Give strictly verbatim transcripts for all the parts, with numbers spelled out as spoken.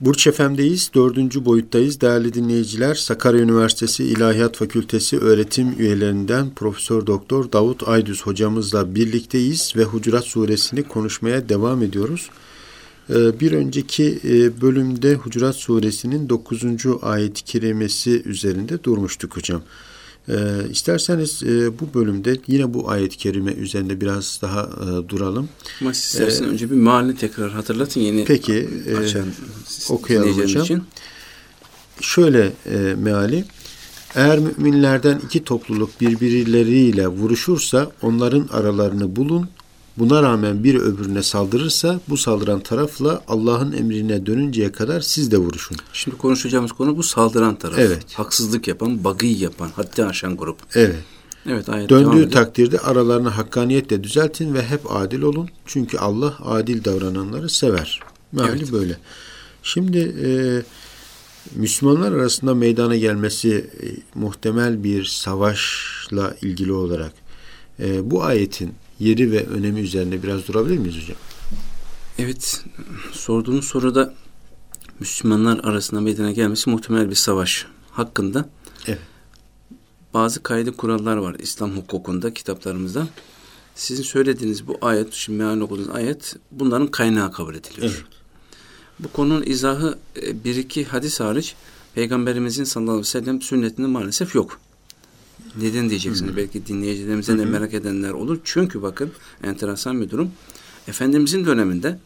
Burç F M'deyiz, dördüncü boyuttayız. Değerli dinleyiciler, Sakarya Üniversitesi İlahiyat Fakültesi öğretim üyelerinden Profesör Doktor Davut Aydüz hocamızla birlikteyiz ve Hucurat Suresini konuşmaya devam ediyoruz. Bir önceki bölümde Hucurat Suresinin dokuzuncu ayet-i kerimesi üzerinde durmuştuk hocam. Ee, isterseniz e, bu bölümde yine bu ayet-i kerime üzerinde biraz daha e, duralım. Ama istersen ee, önce bir mealini tekrar hatırlatın yeni peki, açan e, okuyalım hocam. Için. Şöyle e, meali: eğer müminlerden iki topluluk birbirleriyle vuruşursa onların aralarını bulun. Buna rağmen biri öbürüne saldırırsa bu saldıran tarafla Allah'ın emrine dönünceye kadar siz de vuruşun. Şimdi konuşacağımız konu bu saldıran taraf. Evet. Haksızlık yapan, bagi yapan, haddi aşan grup. Evet. Evet, ayet döndüğü takdirde aralarını hakkaniyetle düzeltin ve hep adil olun. Çünkü Allah adil davrananları sever. Meali evet. Böyle. Şimdi e, Müslümanlar arasında meydana gelmesi e, muhtemel bir savaşla ilgili olarak e, bu ayetin yeri ve önemi üzerine biraz durabilir miyiz hocam? Evet, sorduğunuz soruda Müslümanlar arasında meydana gelmesi muhtemel bir savaş hakkında evet. Bazı kaydı kurallar var İslam hukukunda, kitaplarımızda. Sizin söylediğiniz bu ayet, şimdi mealini okuduğunuz ayet, bunların kaynağı kabul ediliyor. Evet. Bu konunun izahı bir iki hadis hariç Peygamberimizin sallallahu aleyhi ve sellem sünnetinde maalesef yok. Neden diyeceksiniz? Hı-hı. Belki dinleyicilerimizden de merak edenler olur. Çünkü bakın enteresan bir durum. Efendimizin döneminde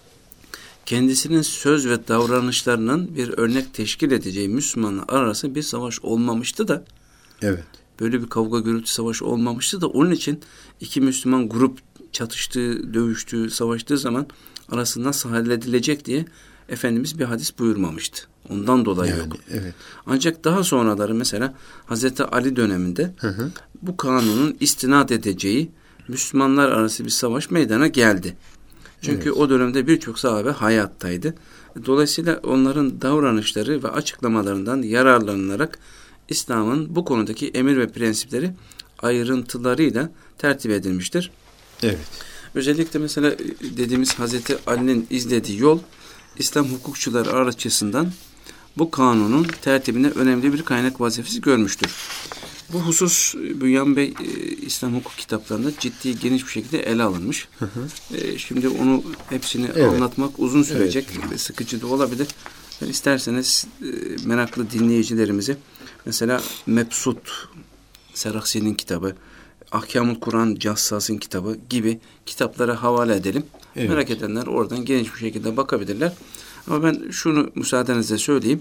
kendisinin söz ve davranışlarının bir örnek teşkil edeceği Müslümanlar arasında bir savaş olmamıştı da evet. Böyle bir kavga gürültü savaşı olmamıştı da onun için iki Müslüman grup çatıştığı, dövüştüğü, savaştığı zaman arası nasıl halledilecek diye Efendimiz bir hadis buyurmamıştı. Ondan dolayı yani, yok. Evet. Ancak daha sonraları mesela Hazreti Ali döneminde hı hı. bu kanunun istinad edeceği Müslümanlar arası bir savaş meydana geldi. Çünkü evet. o dönemde birçok sahabe hayattaydı. Dolayısıyla onların davranışları ve açıklamalarından yararlanılarak İslam'ın bu konudaki emir ve prensipleri ayrıntılarıyla tertip edilmiştir. Evet. Özellikle mesela dediğimiz Hazreti Ali'nin izlediği yol İslam hukukçuları açısından bu kanunun tertibine önemli bir kaynak vazifesi görmüştür. Bu husus Bünyamin Bey İslam hukuk kitaplarında ciddi geniş bir şekilde ele alınmış. Hı hı. E, şimdi onu hepsini evet. anlatmak uzun sürecek evet. ve sıkıcı da olabilir. Ben isterseniz e, meraklı dinleyicilerimizi mesela Mebsut Serakhsi'nin kitabı, Ahkamul Kur'an Cassas'ın kitabı gibi kitaplara havale edelim. Evet. Merak edenler oradan geniş bir şekilde bakabilirler. Ama ben şunu müsaadenizle söyleyeyim.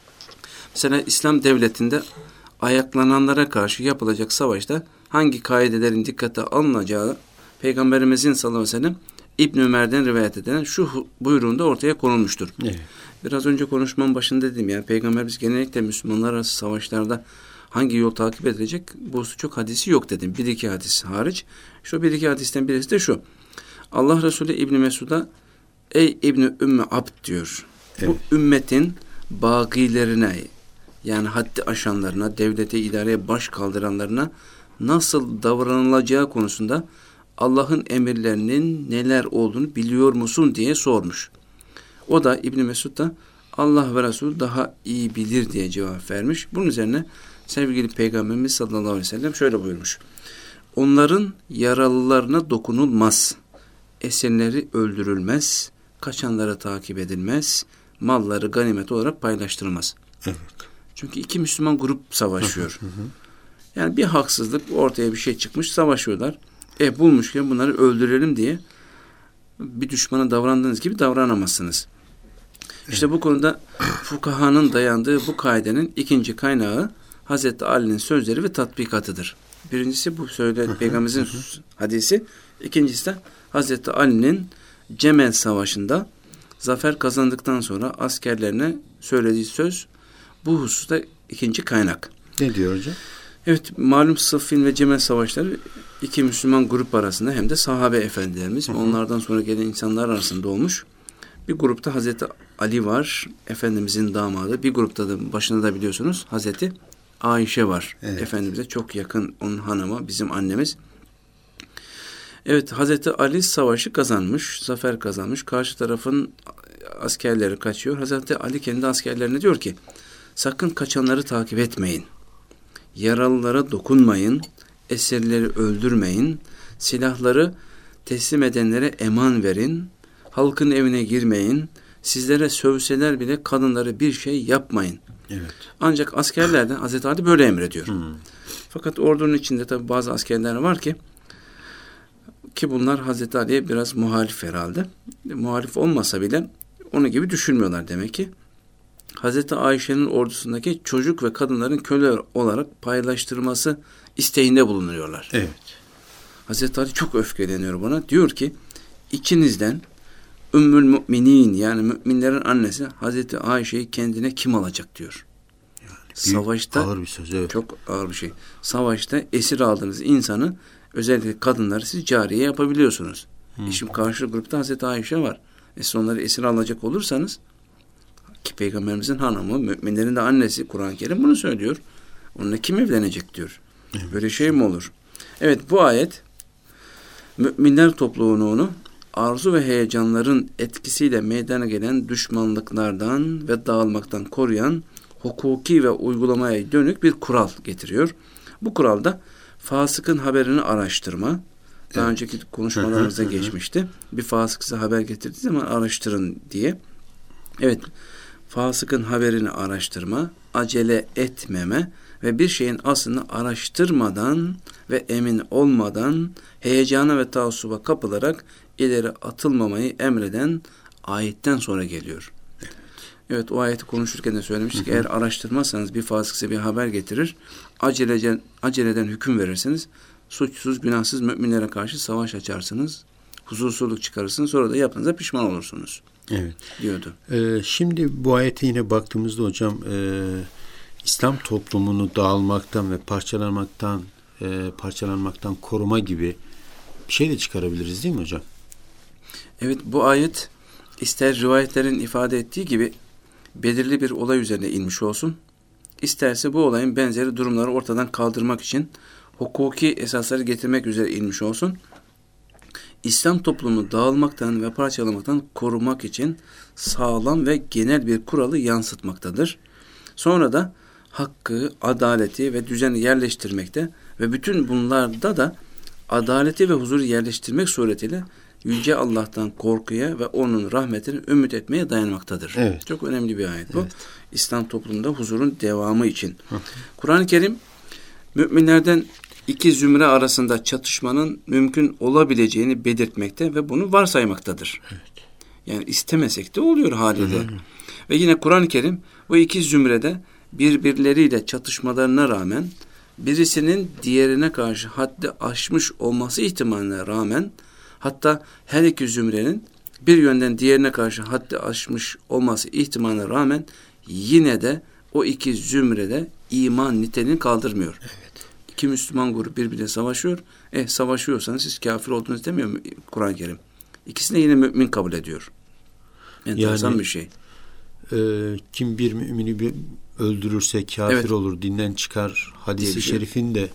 Mesela İslam devletinde ayaklananlara karşı yapılacak savaşta hangi kaidelerin dikkate alınacağı Peygamberimizin sallallahu aleyhi ve sellem İbn Ömer'den rivayet edilen şu buyruğunda ortaya konulmuştur. Evet. Biraz önce konuşmamın başında dedim yani Peygamberimiz genellikle Müslümanlar arası savaşlarda hangi yol takip edilecek bu çok hadisi yok dedim. Bir iki hadis hariç. Şu bir iki hadisten birisi de şu. Allah Resulü İbn Mesud'a ey İbn Ümmü Abd diyor. Evet. Bu ümmetin bagilerine yani haddi aşanlarına, devlete, idareye baş kaldıranlarına nasıl davranılacağı konusunda Allah'ın emirlerinin neler olduğunu biliyor musun diye sormuş. O da İbn Mesud da Allah ve Resulü daha iyi bilir diye cevap vermiş. Bunun üzerine sevgili Peygamberimiz sallallahu aleyhi ve sellem şöyle buyurmuş. Onların yaralılarına dokunulmaz, esirleri öldürülmez, kaçanlara takip edilmez, malları ganimet olarak paylaştırılmaz. Evet. Çünkü iki Müslüman grup savaşıyor. Yani bir haksızlık ortaya bir şey çıkmış, savaşıyorlar. E bulmuşken bunları öldürelim diye bir düşmana davrandığınız gibi davranamazsınız. İşte bu konuda fukahanın dayandığı bu kaidenin ikinci kaynağı Hazreti Ali'nin sözleri ve tatbikatıdır. Birincisi bu söyle Peygamberimizin hadisi. İkincisi de Hazreti Ali'nin Cemel Savaşı'nda zafer kazandıktan sonra askerlerine söylediği söz bu hususta ikinci kaynak. Ne diyor hocam? Evet, malum Sıffin ve Cemel Savaşları iki Müslüman grup arasında hem de sahabe efendilerimiz, hı hı. onlardan sonra gelen insanlar arasında olmuş. Bir grupta Hazreti Ali var, Efendimizin damadı. Bir grupta da başında da biliyorsunuz Hazreti Ayşe var. Evet. Efendimiz'e çok yakın onun hanımı, bizim annemiz. Evet, Hazreti Ali savaşı kazanmış, zafer kazanmış. Karşı tarafın askerleri kaçıyor. Hazreti Ali kendi askerlerine diyor ki, sakın kaçanları takip etmeyin. Yaralılara dokunmayın. Esirleri öldürmeyin. Silahları teslim edenlere eman verin. Halkın evine girmeyin. Sizlere sövseler bile kadınlara bir şey yapmayın. Evet. Ancak askerlerden Hazreti Ali böyle emrediyor. Hmm. Fakat ordunun içinde tabi bazı askerler var ki ki bunlar Hazreti Ali'ye biraz muhalif herhalde. Muhalif olmasa bile onu gibi düşünmüyorlar demek ki. Hazreti Ayşe'nin ordusundaki çocuk ve kadınların köle olarak paylaştırılması isteğinde bulunuyorlar. Evet. Hazreti Ali çok öfkeleniyor buna. Diyor ki, ikinizden Ümmül Müminin, yani müminlerin annesi Hazreti Ayşe'yi kendine kim alacak diyor. Yani Savaşta ağır bir söz, evet. Çok ağır bir şey. Savaşta esir aldığınız insanı, özellikle kadınları siz cariye yapabiliyorsunuz. Hmm. E şimdi karşı grupta Hazreti Ayşe var. E siz onları esir alacak olursanız, ki Peygamberimizin hanımı, müminlerin de annesi, Kur'an-ı Kerim bunu söylüyor. Onunla kim evlenecek diyor. Evet. Böyle şey mi olur? Evet, bu ayet müminler topluluğunu arzu ve heyecanların etkisiyle meydana gelen düşmanlıklardan ve dağılmaktan koruyan hukuki ve uygulamaya dönük bir kural getiriyor. Bu kuralda fasıkın haberini araştırma. Daha evet. önceki konuşmalarımızda geçmişti. Bir fasık size haber getirdiği zaman araştırın diye. Evet, fasıkın haberini araştırma, acele etmeme ve bir şeyin aslını araştırmadan ve emin olmadan heyecana ve taassuba kapılarak ileri atılmamayı emreden ayetten sonra geliyor. Evet, evet o ayeti konuşurken de söylemiştik. Hı hı. Eğer araştırmazsanız bir fasık size bir haber getirir, aceleden, aceleden hüküm verirsiniz, suçsuz, günahsız müminlere karşı savaş açarsınız, huzursuzluk çıkarırsınız, sonra da yaptığınıza pişman olursunuz. Evet. Diyordu. Ee, şimdi bu ayete yine baktığımızda hocam, e, İslam toplumunu dağılmaktan ve parçalanmaktan e, parçalanmaktan koruma gibi bir şey de çıkarabiliriz değil mi hocam? Evet, bu ayet ister rivayetlerin ifade ettiği gibi belirli bir olay üzerine inmiş olsun, isterse bu olayın benzeri durumları ortadan kaldırmak için hukuki esasları getirmek üzere inmiş olsun, İslam toplumu dağılmaktan ve parçalamaktan korumak için sağlam ve genel bir kuralı yansıtmaktadır. Sonra da hakkı, adaleti ve düzeni yerleştirmekte ve bütün bunlarda da adaleti ve huzuru yerleştirmek suretiyle Yüce Allah'tan korkuya ve onun rahmetini ümit etmeye dayanmaktadır. Evet. Çok önemli bir ayet bu. Evet. İslam toplumunda huzurun devamı için. Kur'an-ı Kerim müminlerden iki zümre arasında çatışmanın mümkün olabileceğini belirtmekte ve bunu varsaymaktadır. Evet. Yani istemesek de oluyor haliyle. Hı hı. Ve yine Kur'an-ı Kerim bu iki zümrede birbirleriyle çatışmalarına rağmen birisinin diğerine karşı haddi aşmış olması ihtimaline rağmen, hatta her iki zümrenin bir yönden diğerine karşı haddi aşmış olması ihtimaline rağmen yine de o iki zümrede iman niteliğini kaldırmıyor. Evet. İki Müslüman grup birbirine savaşıyor. E savaşıyorsanız siz kafir olduğunuz demiyor mu Kur'an-ı Kerim? İkisini de yine mümin kabul ediyor. Enteresan yani, bir şey. E, kim bir mümini bir öldürürse kafir evet. olur, dinden çıkar hadisi şey. şerifinde.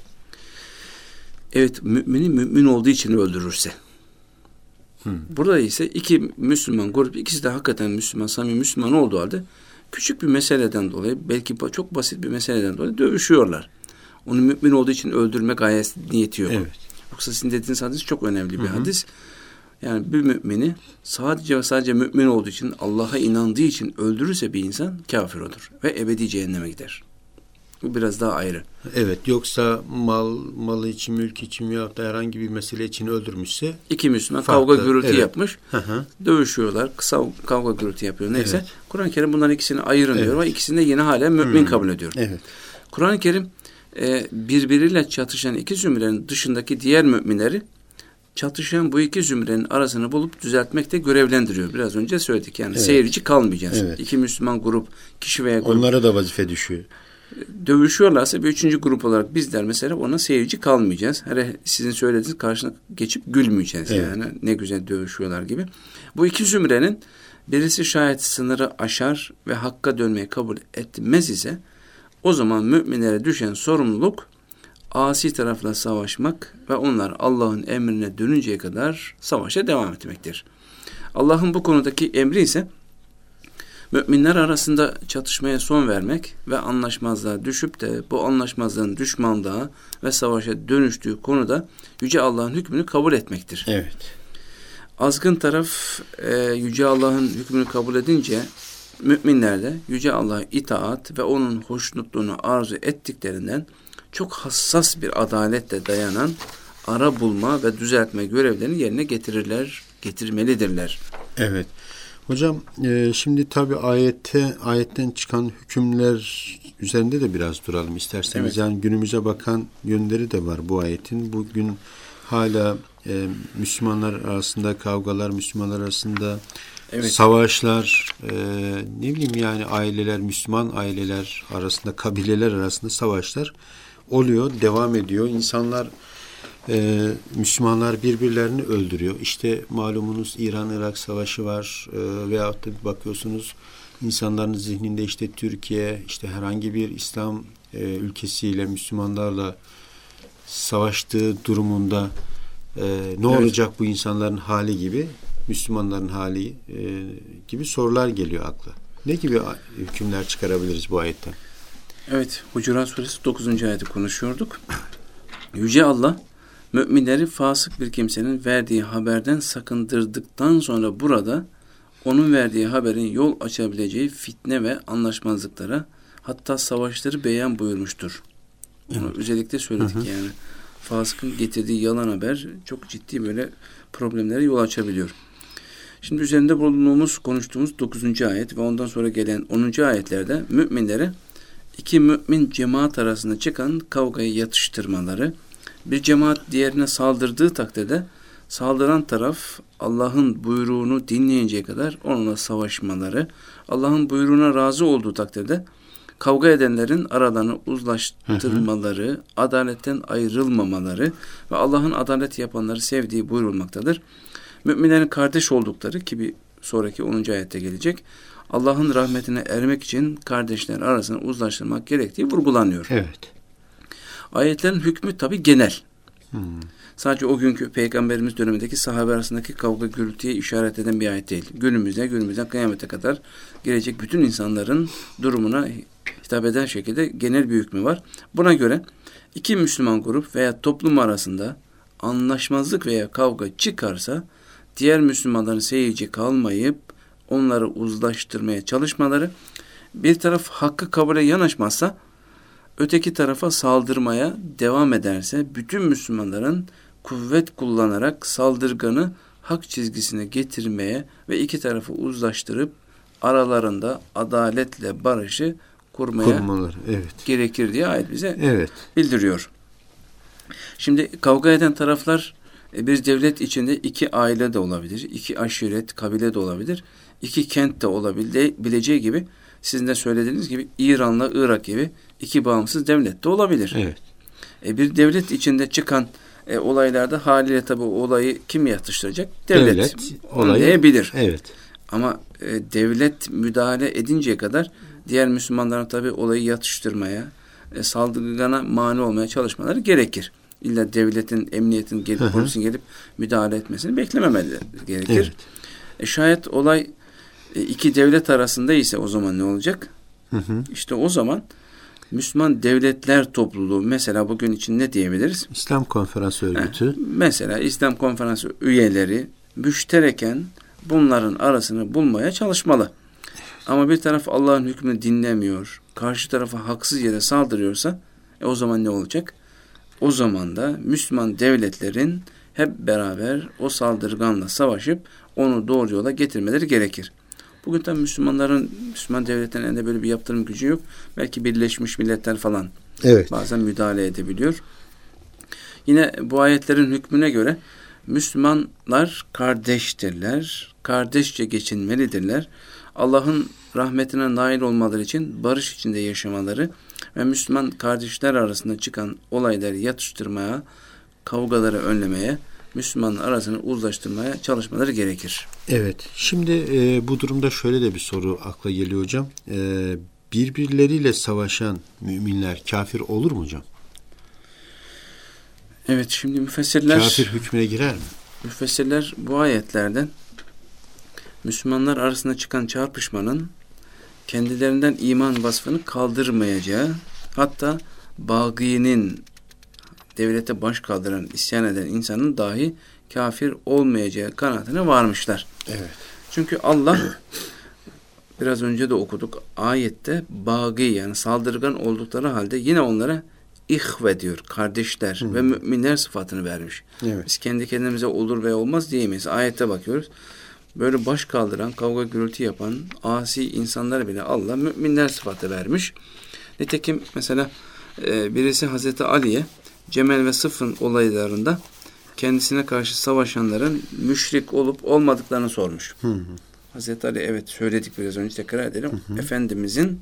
Evet, mümini mümin olduğu için öldürürse. Hmm. Burada ise iki Müslüman grup, ikisi de hakikaten Müslüman, samimi Müslüman olduğu halde küçük bir meseleden dolayı, belki çok basit bir meseleden dolayı dövüşüyorlar. Onu mümin olduğu için öldürme gayesi, niyeti yok. Evet. Yoksa sizin dediğiniz hadis çok önemli bir Hı-hı. hadis. Yani bir mümini sadece ve sadece mümin olduğu için, Allah'a inandığı için öldürürse bir insan kafir olur ve ebedi cehenneme gider. Bu biraz daha ayrı. Evet, yoksa mal malı için, mülk için ya da herhangi bir mesele için öldürmüşse, iki Müslüman farklı, kavga gürültü evet. yapmış, Hı-hı. dövüşüyorlar, kısa kavga gürültü yapıyor. Neyse, evet. Kur'an-ı Kerim bunların ikisini ayırın evet. diyor ve ikisini de yine hala mümin hmm. kabul ediyor. Evet. Kur'an-ı Kerim e, birbiriyle çatışan iki zümrenin dışındaki diğer müminleri çatışan bu iki zümrenin arasını bulup düzeltmekte görevlendiriyor. Biraz önce söyledik. Yani evet. seyirci kalmayacağız. Evet. İki Müslüman grup, kişi veya grup. Onlara da vazife düşüyor. Dövüşüyorlarsa bir üçüncü grup olarak bizler mesela ona seyirci kalmayacağız. Hele sizin söylediğiniz karşına geçip gülmeyeceğiz. Evet. Yani ne güzel dövüşüyorlar gibi. Bu iki zümrenin birisi şayet sınırı aşar ve hakka dönmeyi kabul etmez ise o zaman müminlere düşen sorumluluk asi tarafla savaşmak ve onlar Allah'ın emrine dönünceye kadar savaşa devam etmektir. Allah'ın bu konudaki emri ise Müminler arasında çatışmaya son vermek ve anlaşmazlığa düşüp de bu anlaşmazlığın düşmanlığa ve savaşa dönüştüğü konuda Yüce Allah'ın hükmünü kabul etmektir. Evet. Azgın taraf e, Yüce Allah'ın hükmünü kabul edince müminler de Yüce Allah'a itaat ve onun hoşnutluğunu arzu ettiklerinden çok hassas bir adaletle dayanan ara bulma ve düzeltme görevlerini yerine getirirler, getirmelidirler. Evet. Hocam e, şimdi tabi ayette ayetten çıkan hükümler üzerinde de biraz duralım isterseniz. Evet. Yani günümüze bakan yönleri de var bu ayetin. Bugün hala e, Müslümanlar arasında kavgalar, Müslümanlar arasında evet. savaşlar, e, ne bileyim yani aileler, Müslüman aileler arasında, kabileler arasında savaşlar oluyor, devam ediyor. İnsanlar Ee, Müslümanlar birbirlerini öldürüyor. İşte malumunuz İran-Irak savaşı var ee, veyahut da bakıyorsunuz insanların zihninde işte Türkiye, işte herhangi bir İslam e, ülkesiyle, Müslümanlarla savaştığı durumunda e, ne evet. olacak bu insanların hali gibi, Müslümanların hali e, gibi sorular geliyor akla. Ne gibi hükümler çıkarabiliriz bu ayetten? Evet, Hucurat Suresi dokuzuncu ayeti konuşuyorduk. Yüce Allah müminleri fasık bir kimsenin verdiği haberden sakındırdıktan sonra burada onun verdiği haberin yol açabileceği fitne ve anlaşmazlıklara, hatta savaşları beyan buyurmuştur. Onu evet. özellikle söyledik. Hı hı. Yani fasıkın getirdiği yalan haber çok ciddi böyle problemlere yol açabiliyor. Şimdi üzerinde bulunduğumuz, konuştuğumuz dokuzuncu ayet ve ondan sonra gelen onuncu ayetlerde müminlere iki mümin cemaat arasında çıkan kavgayı yatıştırmaları, bir cemaat diğerine saldırdığı takdirde saldıran taraf Allah'ın buyruğunu dinleyinceye kadar onunla savaşmaları, Allah'ın buyruğuna razı olduğu takdirde kavga edenlerin aralarını uzlaştırmaları, hı hı. adaletten ayrılmamaları ve Allah'ın adalet yapanları sevdiği buyurulmaktadır. Müminlerin kardeş oldukları, ki bir sonraki onuncu ayette gelecek, Allah'ın rahmetine ermek için kardeşler arasını uzlaştırmak gerektiği vurgulanıyor. Evet. Ayetlerin hükmü tabi genel. Hmm. Sadece o günkü Peygamberimiz dönemindeki sahabe arasındaki kavga gürültüye işaret eden bir ayet değil. Günümüzde, günümüzden kıyamete kadar gelecek bütün insanların durumuna hitap eden şekilde genel bir hükmü var. Buna göre iki Müslüman grup veya toplum arasında anlaşmazlık veya kavga çıkarsa diğer Müslümanların seyirci kalmayıp onları uzlaştırmaya çalışmaları, bir taraf hakkı kabule yanaşmazsa öteki tarafa saldırmaya devam ederse bütün Müslümanların kuvvet kullanarak saldırganı hak çizgisine getirmeye ve iki tarafı uzlaştırıp aralarında adaletle barışı kurmaya Kurmalar, evet. gerekir diye ayet bize evet. bildiriyor. Şimdi kavga eden taraflar bir devlet içinde iki aile de olabilir, iki aşiret, kabile de olabilir, iki kent de olabileceği gibi, sizin de söylediğiniz gibi İran'la Irak gibi iki bağımsız devlet de olabilir. Evet. E, bir devlet içinde çıkan e, olaylarda haliyle tabii olayı kim yatıştıracak? Devlet. Devlet olayı bilir. Evet. Ama e, devlet müdahale edinceye kadar diğer Müslümanların tabii olayı yatıştırmaya, e, saldırgana mani olmaya çalışmaları gerekir. İlla devletin, emniyetin gelip, polisin gelip müdahale etmesini beklememeleri gerekir. Evet. E, şayet olay e, iki devlet arasında ise o zaman ne olacak? Hı hı. İşte o zaman Müslüman Devletler Topluluğu, mesela bugün için ne diyebiliriz? İslam Konferansı Örgütü. Ha, mesela İslam Konferansı üyeleri müştereken bunların arasını bulmaya çalışmalı. Ama bir taraf Allah'ın hükmünü dinlemiyor, karşı tarafa haksız yere saldırıyorsa e, o zaman ne olacak? O zaman da Müslüman devletlerin hep beraber o saldırganla savaşıp onu doğru yola getirmeleri gerekir. Bugün tabii Müslümanların, Müslüman devletlerin elinde böyle bir yaptırım gücü yok. Belki Birleşmiş Milletler falan evet. bazen müdahale edebiliyor. Yine bu ayetlerin hükmüne göre Müslümanlar kardeştirler, kardeşçe geçinmelidirler. Allah'ın rahmetine nail olmaları için barış içinde yaşamaları ve Müslüman kardeşler arasında çıkan olayları yatıştırmaya, kavgaları önlemeye, Müslümanın arasını uzlaştırmaya çalışmaları gerekir. Evet. Şimdi e, bu durumda şöyle de bir soru akla geliyor hocam. E, birbirleriyle savaşan müminler kafir olur mu hocam? Evet, şimdi müfessirler... Kafir hükmüne girer mi? Müfessirler bu ayetlerden Müslümanlar arasında çıkan çarpışmanın kendilerinden iman vasfını kaldırmayacağı, hatta bağinin, devlete baş kaldıran, isyan eden insanın dahi kafir olmayacağı kanaatine varmışlar. Evet. Çünkü Allah biraz önce de okuduk ayette bagi, yani saldırgan oldukları halde yine onlara ihve diyor, kardeşler Hı. ve müminler sıfatını vermiş. Evet. Biz kendi kendimize olur veya olmaz diyemeyiz. Ayette bakıyoruz. Böyle baş kaldıran, kavga gürültü yapan, asi insanlara bile Allah müminler sıfatı vermiş. Nitekim mesela e, birisi Hazreti Ali'ye Cemel ve Sıffın olaylarında kendisine karşı savaşanların müşrik olup olmadıklarını sormuş. Hı hı. Hazreti Ali, evet söyledik biraz önce, tekrar edelim. Hı hı. Efendimizin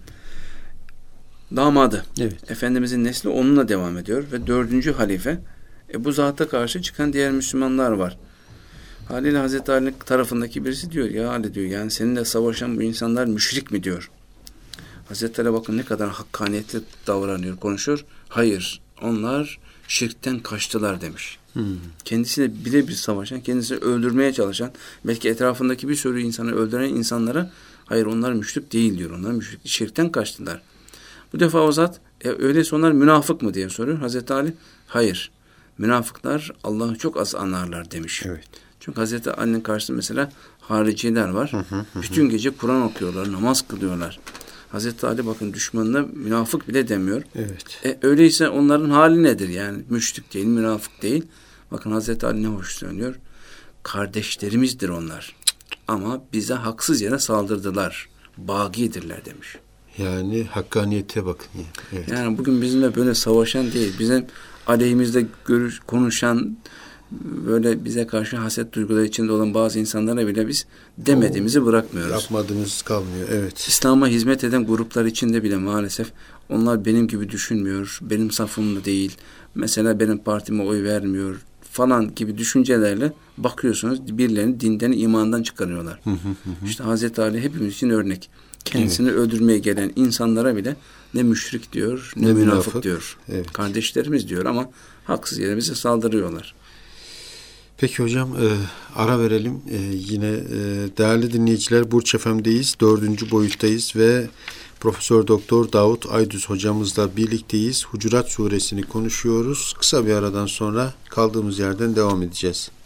damadı. Evet. Efendimizin nesli onunla devam ediyor ve dördüncü halife. E, bu zata karşı çıkan diğer Müslümanlar var. Haliyle Hazreti Ali tarafındaki birisi diyor, ya Ali diyor, yani seninle savaşan bu insanlar müşrik mi diyor. Hazreti Ali bakın ne kadar hakkaniyetli davranıyor, konuşuyor. Hayır, onlar şirkten kaçtılar demiş. Hmm. Kendisiyle birebir savaşan, kendisini öldürmeye çalışan, belki etrafındaki bir sürü insanı öldüren insanlara hayır onlar müşrik değil diyor. Onlar müşrik, şirkten kaçtılar. Bu defa o zat e, öyleyse onlar münafık mı diye soruyor. Hazreti Ali hayır. Münafıklar Allah'ı çok az anarlar demiş. Evet. Çünkü Hazreti Ali'nin karşısında mesela hariciler var. Hı hı hı. Bütün gece Kur'an okuyorlar, namaz kılıyorlar. Hazreti Ali bakın düşmanına münafık bile demiyor. Evet. E, öyleyse onların hali nedir? Yani müşrik değil, münafık değil. Bakın Hazreti Ali ne hoş söylüyor. Kardeşlerimizdir onlar. Ama bize haksız yere saldırdılar. Bagidirler demiş. Yani hakkaniyete bakın. Evet. Yani bugün bizimle böyle savaşan değil, bizim aleyhimizde görüş, konuşan, böyle bize karşı haset duyguları içinde olan bazı insanlara bile biz demediğimizi bırakmıyoruz. Yapmadığımız kalmıyor, evet. İslam'a hizmet eden gruplar içinde bile maalesef onlar benim gibi düşünmüyor, benim safımda değil, mesela benim partime oy vermiyor falan gibi düşüncelerle bakıyorsunuz birilerini dinden, imandan çıkarıyorlar. Hı hı hı. İşte Hazreti Ali hepimiz için örnek. Kendisini evet. öldürmeye gelen insanlara bile ne müşrik diyor, ne, ne münafık, münafık diyor. Evet. Kardeşlerimiz diyor ama haksız yere bize saldırıyorlar. Peki hocam e, ara verelim. E, yine e, değerli dinleyiciler Burç F M'deyiz. Dördüncü boyuttayız ve Profesör Doktor Davut Aydüz hocamızla birlikteyiz. Hucurat Suresini konuşuyoruz. Kısa bir aradan sonra kaldığımız yerden devam edeceğiz.